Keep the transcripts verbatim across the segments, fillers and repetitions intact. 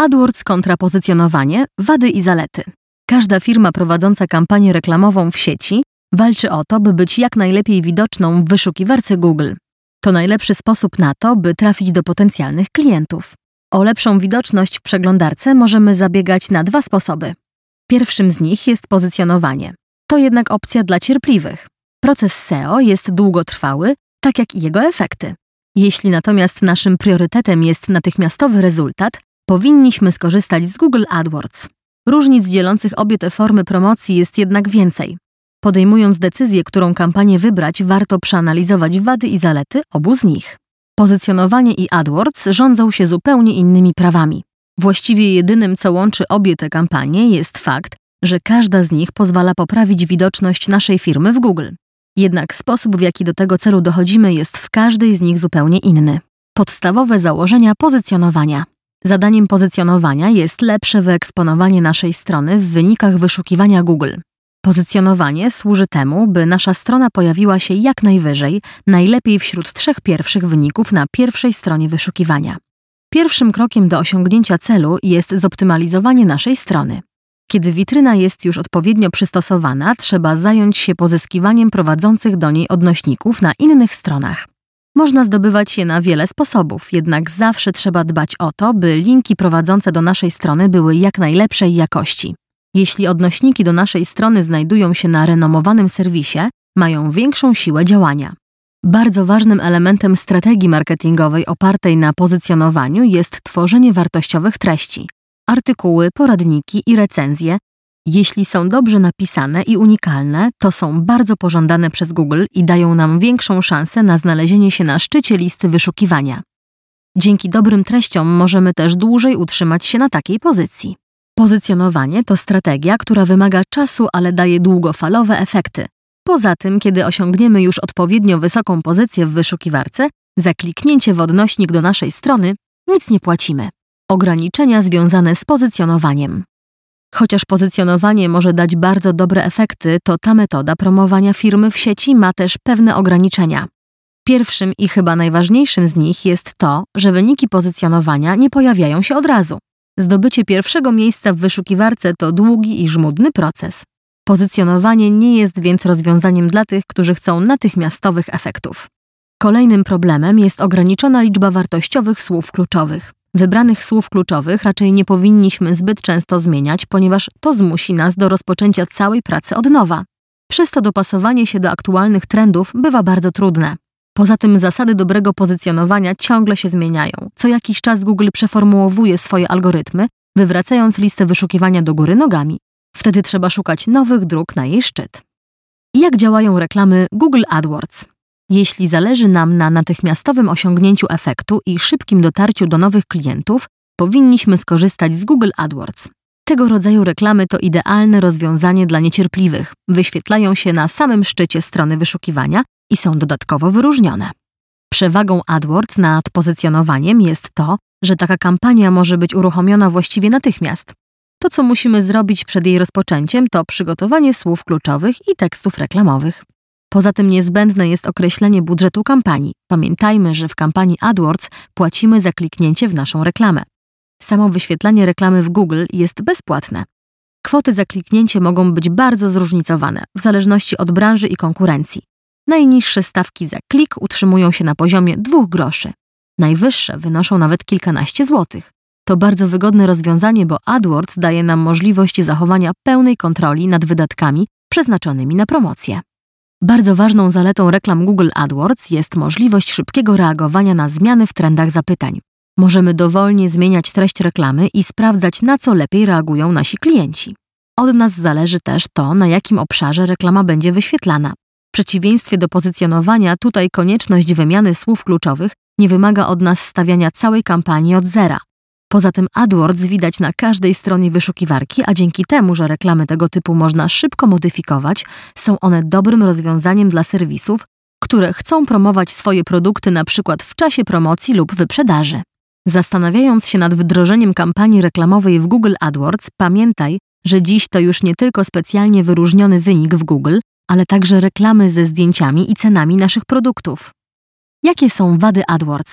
AdWords kontra pozycjonowanie, wady i zalety. Każda firma prowadząca kampanię reklamową w sieci walczy o to, by być jak najlepiej widoczną w wyszukiwarce Google. To najlepszy sposób na to, by trafić do potencjalnych klientów. O lepszą widoczność w przeglądarce możemy zabiegać na dwa sposoby. Pierwszym z nich jest pozycjonowanie. To jednak opcja dla cierpliwych. Proces S E O jest długotrwały, tak jak i jego efekty. Jeśli natomiast naszym priorytetem jest natychmiastowy rezultat, powinniśmy skorzystać z Google AdWords. Różnic dzielących obie te formy promocji jest jednak więcej. Podejmując decyzję, którą kampanię wybrać, warto przeanalizować wady i zalety obu z nich. Pozycjonowanie i AdWords rządzą się zupełnie innymi prawami. Właściwie jedynym, co łączy obie te kampanie, jest fakt, że każda z nich pozwala poprawić widoczność naszej firmy w Google. Jednak sposób, w jaki do tego celu dochodzimy, jest w każdej z nich zupełnie inny. Podstawowe założenia pozycjonowania. Zadaniem pozycjonowania jest lepsze wyeksponowanie naszej strony w wynikach wyszukiwania Google. Pozycjonowanie służy temu, by nasza strona pojawiła się jak najwyżej, najlepiej wśród trzech pierwszych wyników na pierwszej stronie wyszukiwania. Pierwszym krokiem do osiągnięcia celu jest zoptymalizowanie naszej strony. Kiedy witryna jest już odpowiednio przystosowana, trzeba zająć się pozyskiwaniem prowadzących do niej odnośników na innych stronach. Można zdobywać je na wiele sposobów, jednak zawsze trzeba dbać o to, by linki prowadzące do naszej strony były jak najlepszej jakości. Jeśli odnośniki do naszej strony znajdują się na renomowanym serwisie, mają większą siłę działania. Bardzo ważnym elementem strategii marketingowej opartej na pozycjonowaniu jest tworzenie wartościowych treści. Artykuły, poradniki i recenzje, jeśli są dobrze napisane i unikalne, to są bardzo pożądane przez Google i dają nam większą szansę na znalezienie się na szczycie listy wyszukiwania. Dzięki dobrym treściom możemy też dłużej utrzymać się na takiej pozycji. Pozycjonowanie to strategia, która wymaga czasu, ale daje długofalowe efekty. Poza tym, kiedy osiągniemy już odpowiednio wysoką pozycję w wyszukiwarce, za kliknięcie w odnośnik do naszej strony nic nie płacimy. Ograniczenia związane z pozycjonowaniem. Chociaż pozycjonowanie może dać bardzo dobre efekty, to ta metoda promowania firmy w sieci ma też pewne ograniczenia. Pierwszym i chyba najważniejszym z nich jest to, że wyniki pozycjonowania nie pojawiają się od razu. Zdobycie pierwszego miejsca w wyszukiwarce to długi i żmudny proces. Pozycjonowanie nie jest więc rozwiązaniem dla tych, którzy chcą natychmiastowych efektów. Kolejnym problemem jest ograniczona liczba wartościowych słów kluczowych. Wybranych słów kluczowych raczej nie powinniśmy zbyt często zmieniać, ponieważ to zmusi nas do rozpoczęcia całej pracy od nowa. Przez to dopasowanie się do aktualnych trendów bywa bardzo trudne. Poza tym zasady dobrego pozycjonowania ciągle się zmieniają. Co jakiś czas Google przeformułowuje swoje algorytmy, wywracając listę wyszukiwania do góry nogami. Wtedy trzeba szukać nowych dróg na jej szczyt. Jak działają reklamy Google AdWords? Jeśli zależy nam na natychmiastowym osiągnięciu efektu i szybkim dotarciu do nowych klientów, powinniśmy skorzystać z Google AdWords. Tego rodzaju reklamy to idealne rozwiązanie dla niecierpliwych. Wyświetlają się na samym szczycie strony wyszukiwania i są dodatkowo wyróżnione. Przewagą AdWords nad pozycjonowaniem jest to, że taka kampania może być uruchomiona właściwie natychmiast. To, co musimy zrobić przed jej rozpoczęciem, to przygotowanie słów kluczowych i tekstów reklamowych. Poza tym niezbędne jest określenie budżetu kampanii. Pamiętajmy, że w kampanii AdWords płacimy za kliknięcie w naszą reklamę. Samo wyświetlanie reklamy w Google jest bezpłatne. Kwoty za kliknięcie mogą być bardzo zróżnicowane, w zależności od branży i konkurencji. Najniższe stawki za klik utrzymują się na poziomie dwóch groszy. Najwyższe wynoszą nawet kilkanaście złotych. To bardzo wygodne rozwiązanie, bo AdWords daje nam możliwość zachowania pełnej kontroli nad wydatkami przeznaczonymi na promocję. Bardzo ważną zaletą reklam Google AdWords jest możliwość szybkiego reagowania na zmiany w trendach zapytań. Możemy dowolnie zmieniać treść reklamy i sprawdzać, na co lepiej reagują nasi klienci. Od nas zależy też to, na jakim obszarze reklama będzie wyświetlana. W przeciwieństwie do pozycjonowania, tutaj konieczność wymiany słów kluczowych nie wymaga od nas stawiania całej kampanii od zera. Poza tym AdWords widać na każdej stronie wyszukiwarki, a dzięki temu, że reklamy tego typu można szybko modyfikować, są one dobrym rozwiązaniem dla serwisów, które chcą promować swoje produkty na przykład w czasie promocji lub wyprzedaży. Zastanawiając się nad wdrożeniem kampanii reklamowej w Google AdWords, pamiętaj, że dziś to już nie tylko specjalnie wyróżniony wynik w Google, ale także reklamy ze zdjęciami i cenami naszych produktów. Jakie są wady AdWords?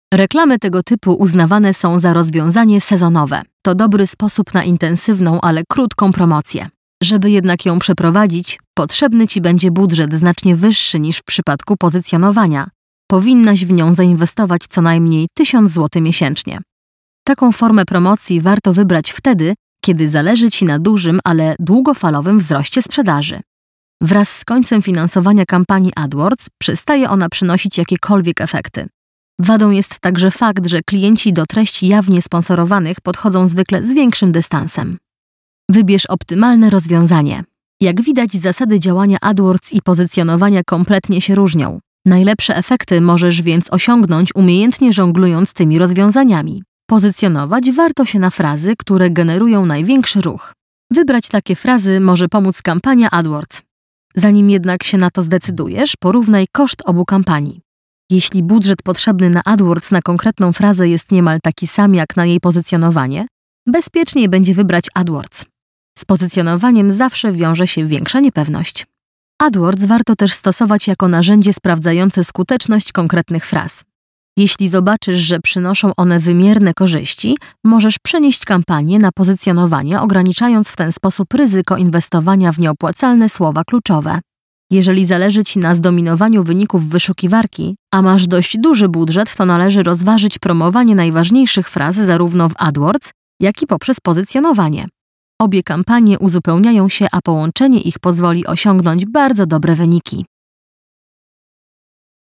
Reklamy tego typu uznawane są za rozwiązanie sezonowe. To dobry sposób na intensywną, ale krótką promocję. Żeby jednak ją przeprowadzić, potrzebny Ci będzie budżet znacznie wyższy niż w przypadku pozycjonowania. Powinnaś w nią zainwestować co najmniej tysiąc złotych miesięcznie. Taką formę promocji warto wybrać wtedy, kiedy zależy Ci na dużym, ale długofalowym wzroście sprzedaży. Wraz z końcem finansowania kampanii AdWords przestaje ona przynosić jakiekolwiek efekty. Wadą jest także fakt, że klienci do treści jawnie sponsorowanych podchodzą zwykle z większym dystansem. Wybierz optymalne rozwiązanie. Jak widać, zasady działania AdWords i pozycjonowania kompletnie się różnią. Najlepsze efekty możesz więc osiągnąć umiejętnie żonglując tymi rozwiązaniami. Pozycjonować warto się na frazy, które generują największy ruch. Wybrać takie frazy może pomóc kampania AdWords. Zanim jednak się na to zdecydujesz, porównaj koszt obu kampanii. Jeśli budżet potrzebny na AdWords na konkretną frazę jest niemal taki sam jak na jej pozycjonowanie, bezpieczniej będzie wybrać AdWords. Z pozycjonowaniem zawsze wiąże się większa niepewność. AdWords warto też stosować jako narzędzie sprawdzające skuteczność konkretnych fraz. Jeśli zobaczysz, że przynoszą one wymierne korzyści, możesz przenieść kampanię na pozycjonowanie, ograniczając w ten sposób ryzyko inwestowania w nieopłacalne słowa kluczowe. Jeżeli zależy Ci na zdominowaniu wyników wyszukiwarki, a masz dość duży budżet, to należy rozważyć promowanie najważniejszych fraz zarówno w AdWords, jak i poprzez pozycjonowanie. Obie kampanie uzupełniają się, a połączenie ich pozwoli osiągnąć bardzo dobre wyniki.